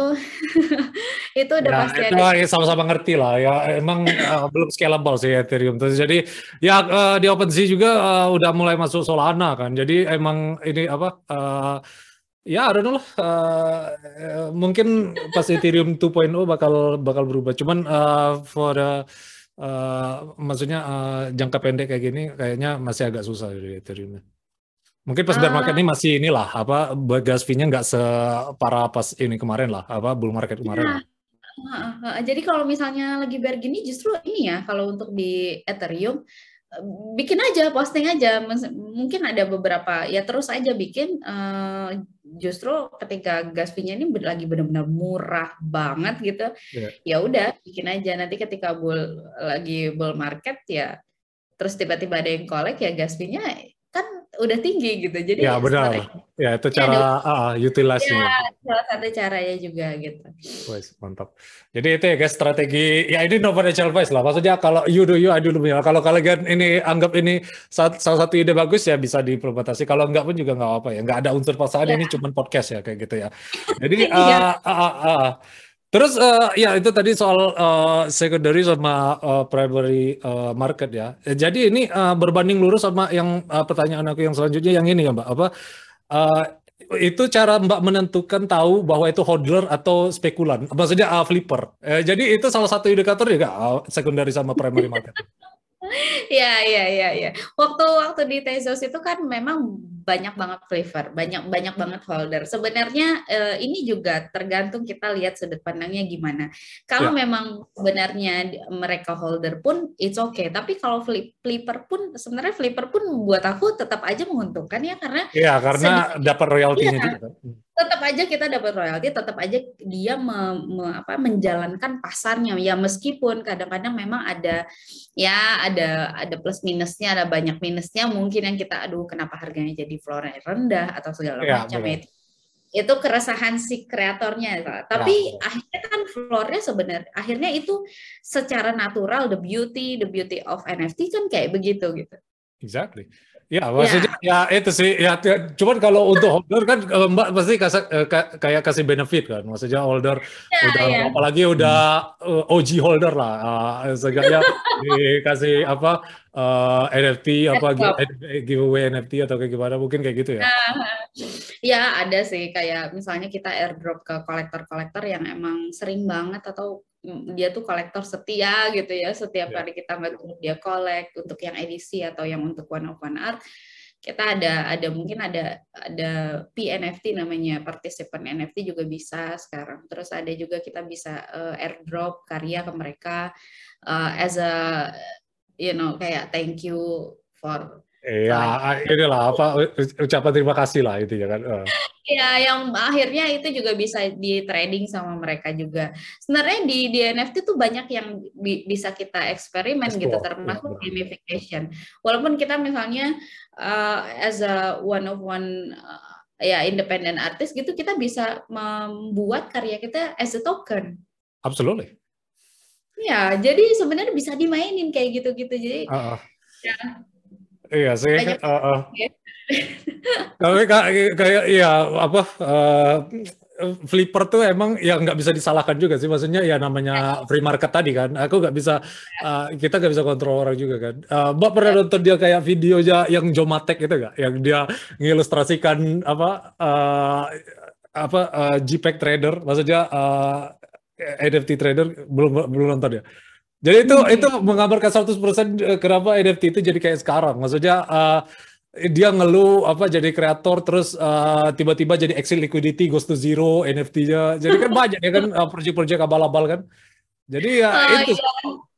itu udah ya, pasti itu ada. Sama-sama ngerti lah ya, emang uh, belum scalable sih Ethereum. Terus jadi ya uh, di OpenSea juga uh, udah mulai masuk Solana kan. Jadi emang ini apa? Uh, Ya, I don't know lah. Uh, mungkin pas Ethereum dua titik nol bakal bakal berubah. Cuman uh, for the, uh, maksudnya uh, jangka pendek kayak gini, kayaknya masih agak susah dari Ethereum. Mungkin pas uh, bear market ini masih inilah apa gas fee-nya nggak separah pas ini kemarin lah, apa bull market kemarin. Nah, uh, uh, jadi kalau misalnya lagi bear gini, justru ini ya kalau untuk di Ethereum. Bikin aja, posting aja. Mungkin ada beberapa, ya terus aja bikin. Uh, justru ketika gas fee-nya ini lagi benar-benar murah banget gitu, yeah. Ya udah bikin aja. Nanti ketika bull lagi bull market ya, terus tiba-tiba ada yang collect ya gas fee-nya kan udah tinggi gitu. Jadi ya benar. Ya itu cara ya, uh, utilize-nya. Ya, salah satu caranya juga gitu. Wes, mantap. Jadi itu ya guys strategi, ya ini no financial advice lah. Maksudnya kalau you do you, I do me. Kalau kalian ini anggap ini salah satu ide bagus ya bisa diimplementasi. Kalau enggak pun juga nggak apa ya. Nggak ada unsur paksaan, ya. Ini cuma podcast ya kayak gitu ya. Jadi uh, uh, uh, uh. Terus uh, ya itu tadi soal uh, secondary sama uh, primary uh, market ya. Jadi ini uh, berbanding lurus sama yang uh, pertanyaan aku yang selanjutnya yang ini ya Mbak. Apa uh, itu cara Mbak menentukan tahu bahwa itu hodler atau spekulan? Maksudnya uh, flipper. Uh, jadi itu salah satu indikator juga uh, secondary sama primary market. Ya, ya, ya, ya. Waktu-waktu di Tezos itu kan memang banyak banget flavor, banyak banyak banget holder. Sebenarnya eh, ini juga tergantung kita lihat sudut pandangnya gimana. Kalau ya. Memang sebenarnya mereka holder pun it's okay. Tapi kalau flip, flipper pun sebenarnya flipper pun buat aku tetap aja menguntungkan ya karena. Iya karena dapat royaltinya ya. Juga. Tetap aja kita dapat royalti, tetap aja dia me, me, apa, menjalankan pasarnya ya meskipun kadang-kadang memang ada ya ada ada plus minusnya, ada banyak minusnya mungkin yang kita aduh kenapa harganya jadi floornya rendah atau segala ya, macam itu itu keresahan si kreatornya tapi ya, akhirnya kan floornya sebenarnya akhirnya itu secara natural the beauty the beauty of N F T kan kayak begitu gitu. Exactly. Ya, maksudnya ya, ya itu sih. Ya, cuman kalau untuk holder kan Mbak pasti kasih, kayak kasih benefit kan. Maksudnya holder ya, udah ya. Apalagi udah uh, O G holder lah. Uh, Seenggaknya dikasih apa uh, N F T apa giveaway N F T atau kayak gimana mungkin kayak gitu ya. Ya ada sih kayak misalnya kita airdrop ke kolektor-kolektor yang emang sering banget atau dia tuh kolektor setia gitu ya, setiap yeah. hari kita bantu dia collect untuk yang edisi atau yang untuk one of one art kita ada ada mungkin ada ada P N F T namanya participant N F T juga bisa sekarang. Terus ada juga kita bisa uh, airdrop karya ke mereka uh, as a you know kayak thank you for ya inilah apa ucapan terima kasih lah itu ya kan. Uh. Ya, yang akhirnya itu juga bisa di trading sama mereka juga. Sebenarnya di di N F T tuh banyak yang bi bisa kita eksperimen Explore. Gitu, termasuk ya, gamification. Walaupun kita misalnya uh, as a one of one uh, ya independent artist gitu, kita bisa membuat karya kita as a token. Absolutely. Ya, jadi sebenarnya bisa dimainin kayak gitu-gitu. Jadi uh -uh. ya. Iya sih. Uh -uh. Tapi kayak kayak ya apa uh, Flipper tuh emang ya nggak bisa disalahkan juga sih, maksudnya ya namanya free market tadi kan, aku nggak bisa, uh, kita nggak bisa kontrol orang juga kan. Uh, Mbak pernah nonton dia kayak videonya yang Jomatek itu nggak, yang dia mengilustrasikan apa uh, apa uh, JPEG trader, maksudnya uh, N F T trader, belum belum nonton ya. Jadi itu itu menggambarkan seratus persen kenapa N F T itu jadi kayak sekarang, maksudnya uh, dia ngeluh apa jadi kreator terus uh, tiba-tiba jadi exit liquidity goes to zero N F T-nya. Jadi kan banyak ya kan uh, proyek-proyek abal-abal kan. Jadi ya Uh, itu. ya.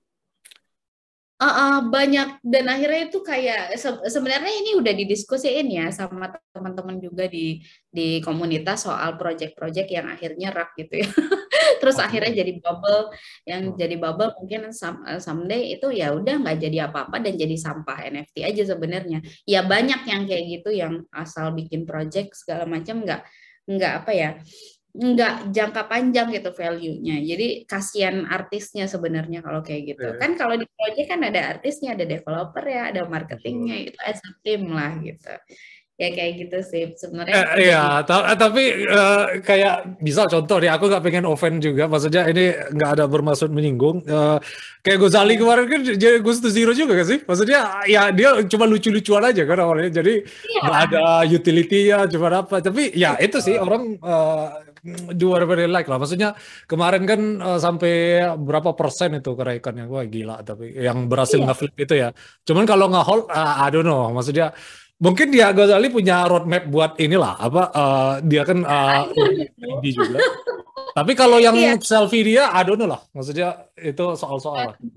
Uh, uh, banyak dan akhirnya itu kayak se sebenarnya ini udah didiskusiin ya sama teman-teman juga di di komunitas soal project-project yang akhirnya rak gitu ya. Terus Okay. akhirnya jadi bubble, yang Hmm. jadi bubble mungkin someday itu ya udah nggak jadi apa-apa dan jadi sampah N F T aja sebenarnya. Ya banyak yang kayak gitu yang asal bikin project segala macam nggak nggak apa ya nggak jangka panjang gitu value-nya. Jadi kasihan artisnya sebenarnya kalau kayak gitu. Yeah. Kan kalau di project kan ada artisnya, ada developer ya, ada marketingnya, itu as a team lah gitu. Ya kayak gitu sih sebenarnya. Eh, iya, tapi uh, kayak misal contoh nih, aku nggak pengen offend juga, maksudnya ini nggak ada bermaksud menyinggung. Uh, kayak Gozali kemarin kan jadi Goes to Zero juga kan sih? Maksudnya ya dia cuma lucu-lucuan aja kan awalnya, jadi nggak Iya. ada utility-nya, cuma apa. Tapi ya itu sih orang uh, do whatever they like lah. Maksudnya kemarin kan uh, sampai berapa persen itu kenaikannya, wah gila. Tapi yang berhasil Iya. nge-flip itu ya. Cuman kalau nge-hold, uh, I don't know. Maksudnya mungkin dia Ghazali punya roadmap buat inilah apa uh, dia kan uh, indie juga. Tapi kalau yang Iya. selfie dia, I don't know lah. Maksudnya itu soal-soal lah.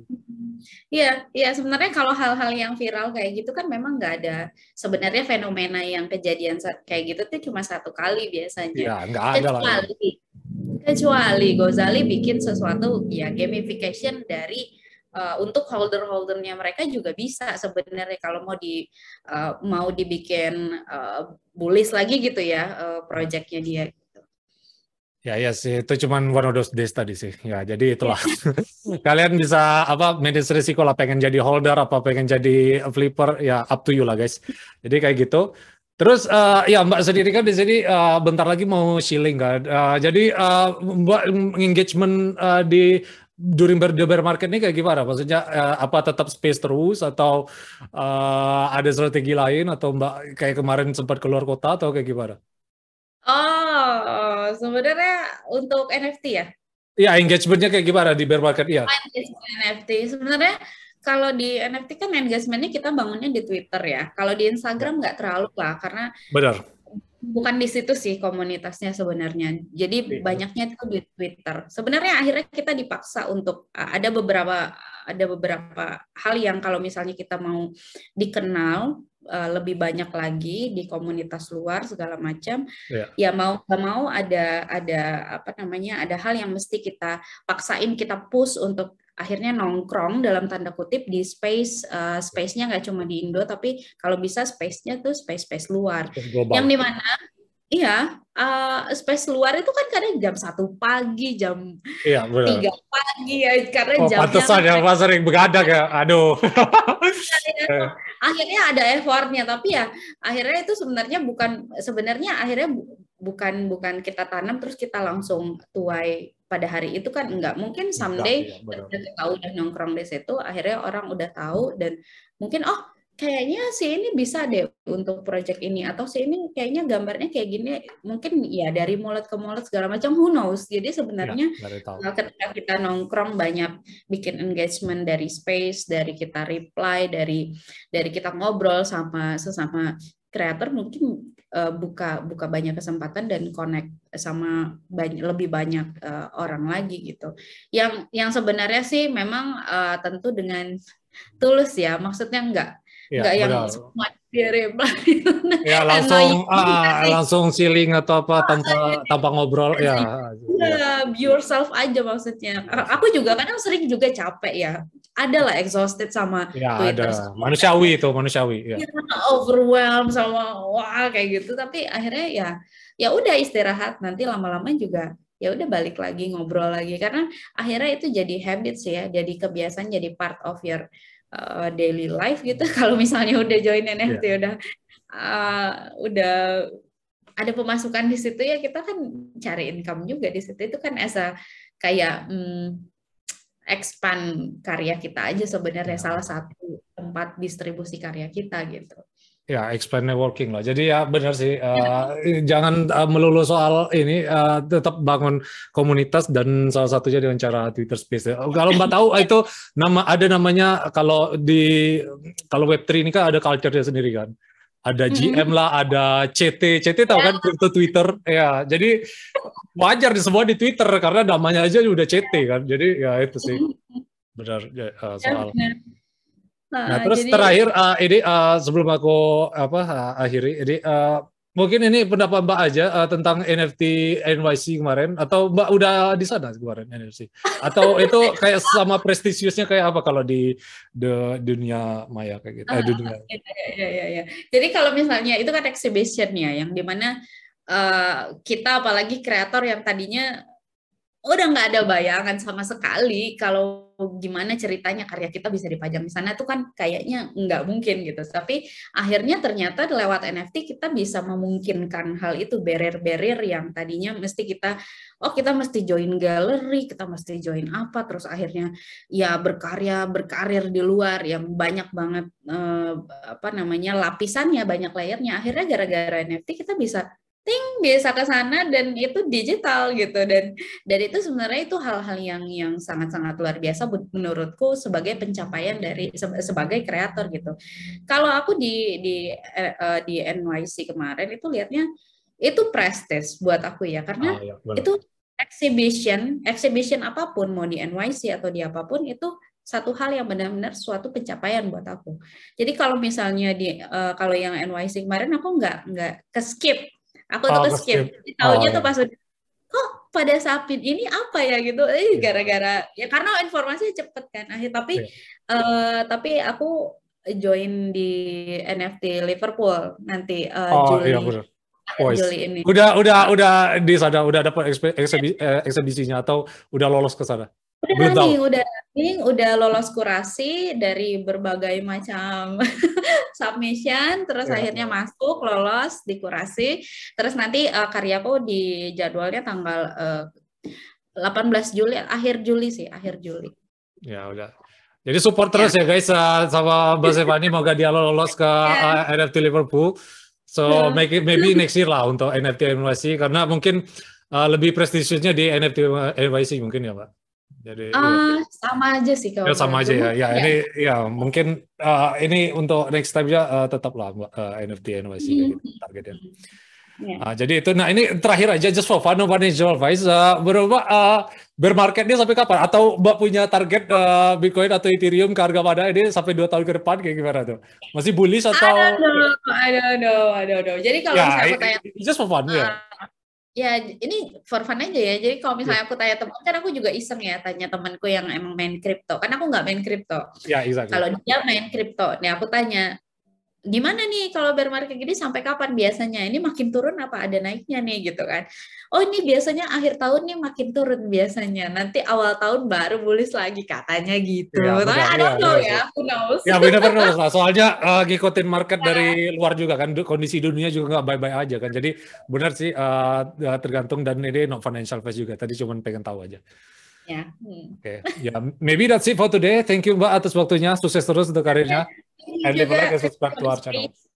Iya, iya sebenarnya kalau hal-hal yang viral kayak gitu kan memang nggak ada sebenarnya fenomena yang kejadian kayak gitu tuh cuma satu kali biasanya. Iya, nggak ada lah. Kecuali kecuali Gozali bikin sesuatu ya gamification dari Uh, untuk holder-holdernya mereka juga bisa sebenarnya kalau mau di uh, mau dibikin uh, bullish lagi gitu ya uh, projectnya dia. Gitu. Ya ya sih itu cuman one of those days tadi sih. Ya jadi itulah. Kalian bisa apa manage risiko lah, pengen jadi holder apa pengen jadi flipper ya up to you lah guys. Jadi kayak gitu. Terus uh, ya Mbak sendiri kan di sini uh, bentar lagi mau shilling kan. Uh, jadi uh, Mbak engagement uh, di during the bear market ini kayak gimana? Maksudnya uh, apa tetap space terus atau uh, ada strategi lain atau Mbak kayak kemarin sempat keluar kota atau kayak gimana? Oh, sebenarnya untuk N F T ya? Iya, engagementnya kayak gimana di bear market? Iya. N F T sebenarnya kalau di N F T kan engagementnya kita bangunnya di Twitter ya. Kalau di Instagram nggak terlalu lah karena benar. Bukan di situ sih komunitasnya sebenarnya. Jadi banyaknya itu di Twitter. Sebenarnya akhirnya kita dipaksa untuk ada beberapa ada beberapa hal yang kalau misalnya kita mau dikenal uh, lebih banyak lagi di komunitas luar segala macam, yeah. ya mau nggak mau ada ada apa namanya ada hal yang mesti kita paksain kita push untuk akhirnya nongkrong dalam tanda kutip di space uh, space-nya nggak cuma di Indo tapi kalau bisa space-nya tuh space-space luar global. Yang dimana iya uh, space luar itu kan kadang jam satu pagi jam iya, tiga pagi ya karena oh, jamnya pantesan ya pas sering begadang ya aduh. Akhirnya ada effortnya tapi ya akhirnya itu sebenarnya bukan sebenarnya akhirnya bukan bukan kita tanam terus kita langsung tuai pada hari itu kan enggak, mungkin someday ya, kita udah nongkrong di situ akhirnya orang udah tahu dan mungkin oh kayaknya si ini bisa deh untuk project ini atau si ini kayaknya gambarnya kayak gini mungkin ya dari mulut ke mulut segala macam who knows. Jadi sebenarnya ya, ketika kita nongkrong banyak bikin engagement dari space, dari kita reply, dari dari kita ngobrol sama sesama kreator mungkin uh, buka buka banyak kesempatan dan connect sama banyak, lebih banyak uh, orang lagi gitu. Yang yang sebenarnya sih memang uh, tentu dengan tulus ya, maksudnya enggak ya, enggak yang semua ya langsung ah, langsung ceiling atau apa tanpa tanpa ngobrol ya. Ya, be yourself aja maksudnya. Aku juga kadang sering juga capek ya. Ada lah exhausted sama ya, Twitter. Ada. Manusiawi itu, manusiawi. Ya. Overwhelmed sama wah kayak gitu. Tapi akhirnya ya ya udah istirahat. Nanti lama-lama juga ya udah balik lagi ngobrol lagi. Karena akhirnya itu jadi habits ya. Jadi kebiasaan, jadi part of your uh, daily life gitu. Kalau misalnya udah join N F T, yeah. udah uh, udah ada pemasukan di situ ya kita kan cari income juga di situ. Itu kan as a kayak hmm, expand karya kita aja sebenarnya, Ya. salah satu tempat distribusi karya kita gitu. Ya, expand networking lah. Jadi ya benar sih, uh, jangan uh, melulu soal ini, uh, tetap bangun komunitas dan salah satunya dengan cara Twitter Space. Ya. Kalau Mbak tahu itu nama ada namanya kalau di kalau web tiga ini kan ada culture-nya sendiri kan. Ada G M lah, ada C T, C T tahu kan crypto Twitter. Ya, jadi wajar di semua di Twitter karena namanya aja udah C T kan. Jadi ya itu sih benar ya, uh, soal. Nah, Nah, terus jadi, terakhir uh, ini uh, sebelum aku apa uh, akhiri, ini uh, mungkin ini pendapat Mbak aja uh, tentang N F T N Y C kemarin, atau Mbak udah di sana kemarin N F C, atau itu kayak sama prestisiusnya kayak apa kalau di the dunia maya kayak gitu, eh, dunia. Ya, ya, ya, ya. Jadi kalau misalnya itu kan exhibition ya, yang dimana uh, kita apalagi kreator yang tadinya udah nggak ada bayangan sama sekali kalau gimana ceritanya karya kita bisa dipajang di sana, tuh kan kayaknya nggak mungkin gitu. Tapi akhirnya ternyata lewat N F T kita bisa memungkinkan hal itu, barrier-barrier yang tadinya mesti kita, oh kita mesti join galeri, kita mesti join apa, terus akhirnya ya berkarya, berkarir di luar yang banyak banget eh, apa namanya lapisannya, banyak layernya. Akhirnya gara-gara N F T kita bisa ting bisa ke sana dan itu digital gitu, dan dan itu sebenarnya itu hal-hal yang yang sangat-sangat luar biasa menurutku sebagai pencapaian dari sebagai kreator gitu. Kalau aku di di uh, di N Y C kemarin itu lihatnya itu prestige buat aku ya, karena Ah, ya, itu exhibition exhibition apapun, mau di N Y C atau di apapun, itu satu hal yang benar-benar suatu pencapaian buat aku. Jadi kalau misalnya di uh, kalau yang N Y C kemarin aku nggak nggak ke skip. Aku tuh oh, ke skip. Taunya oh, tuh ya. pas kok pada Sapin ini apa ya gitu. Eh gara-gara ya karena informasinya cepet kan. Akhir tapi Ya. uh, tapi aku join di N F T Liverpool nanti uh, Oh, Juli. iya benar. Oh, Juli ini. Udah udah udah di sana, udah dapat eksibi, eh, eksibisinya atau udah lolos ke sana? Udah Belum tahu. running, udah running, udah lolos kurasi dari berbagai macam submission, terus Ya, akhirnya ya. masuk, lolos, dikurasi, terus nanti uh, karyaku di jadwalnya tanggal uh, delapan belas Juli, akhir Juli sih, akhir Juli. Ya udah. Jadi support terus ya, ya guys, uh, sama Mbak Stefani, moga dia lolos ke yeah. uh, N F T Liverpool. So make it, maybe next year lah untuk N F T N Y C, karena mungkin uh, lebih prestisiusnya di N F T N Y C mungkin ya Pak. Jadi uh, ya. Sama aja sih kalau ya, sama aja ya. Ya, ya. ini ya mungkin uh, ini untuk next time ya uh, tetaplah uh, N F T N Y C kayak gitu targetnya. Yeah. Uh, jadi itu, nah ini terakhir aja just for fun, no financial advice. Uh, berapa uh, bear marketnya sampai kapan? Atau Mbak punya target uh, Bitcoin atau Ethereum ke harga pada ini sampai dua tahun ke depan kayak gimana tuh? Masih bullish atau? I don't know, I don't know, I don't know. Jadi kalau yeah, misalnya aku tanya, just for fun uh, ya. Yeah. Ya ini for fun aja ya. Jadi kalau misalnya aku tanya teman, kan aku juga iseng ya tanya temanku yang emang main kripto. Kan aku nggak main kripto. Ya, yeah, exactly. Kalau dia main kripto, nih aku tanya, gimana nih kalau bear market gini sampai kapan biasanya? Ini makin turun apa ada naiknya nih gitu kan? Oh ini biasanya akhir tahun nih makin turun biasanya. Nanti awal tahun baru bullish lagi katanya gitu. Ya, tapi I don't know ya, who knows. Ya benar benar lah. Soalnya uh, ngikutin market dari luar juga kan, kondisi dunia juga nggak baik-baik aja kan. Jadi benar sih uh, tergantung, dan ini not financial advice juga. Tadi cuma pengen tahu aja. Ya. Hmm. Oke, okay. Ya, yeah, maybe that's it for today. Thank you Mbak atas waktunya. Sukses terus untuk karirnya. And leave a like and subscribe to our channel.